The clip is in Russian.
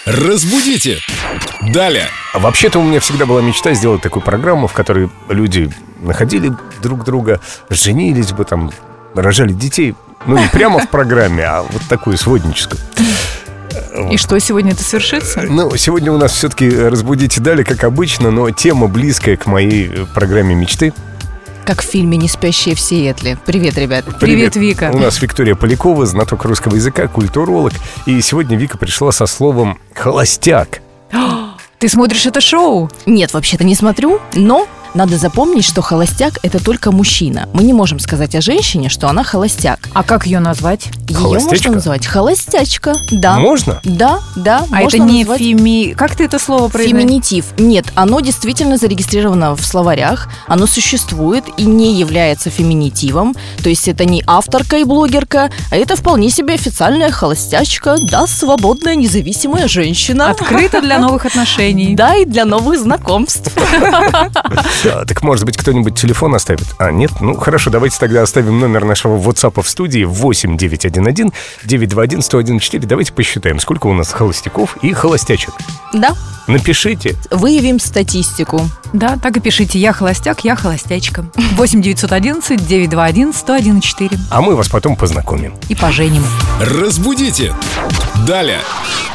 Разбудите! Далее! Вообще-то у меня всегда была мечта сделать такую программу, в которой люди находили друг друга, женились бы там, рожали детей. Ну, не прямо в программе, а вот такую сводническую. И что, сегодня это свершится? Ну, сегодня у нас все-таки «Разбудите далее», как обычно, но тема близкая к моей программе мечты. Как в фильме «Не спящие в Сиэтле». Привет, ребят. Привет, Вика. У нас Виктория Полякова, знаток русского языка, культуролог. И сегодня Вика пришла со словом «холостяк». Ты смотришь это шоу? Нет, вообще-то не смотрю, но надо запомнить, что холостяк – это только мужчина. Мы не можем сказать о женщине, что она холостяк. А как ее назвать? Ее Холостячка? можно назвать холостячка, да. Можно? Да. А это можно не назвать Как ты это слово произносишь? феминитив. Нет, оно действительно зарегистрировано в словарях, оно существует и не является феминитивом. То есть это не авторка и блогерка, а это вполне себе официальная холостячка, да, свободная, независимая женщина. Открыто для новых отношений. Да, и для новых знакомств. Да, так может быть кто-нибудь телефон оставит? А, нет? Ну, хорошо, давайте тогда оставим номер нашего WhatsApp в студии 8-911-921-1014. Давайте посчитаем, сколько у нас холостяков и холостячек. Да, Напишите. выявим статистику. Да, так и пишите. Я холостяк, я холостячка. 8-911-921-1014. А мы вас потом познакомим. И поженим. Разбудите! Далее!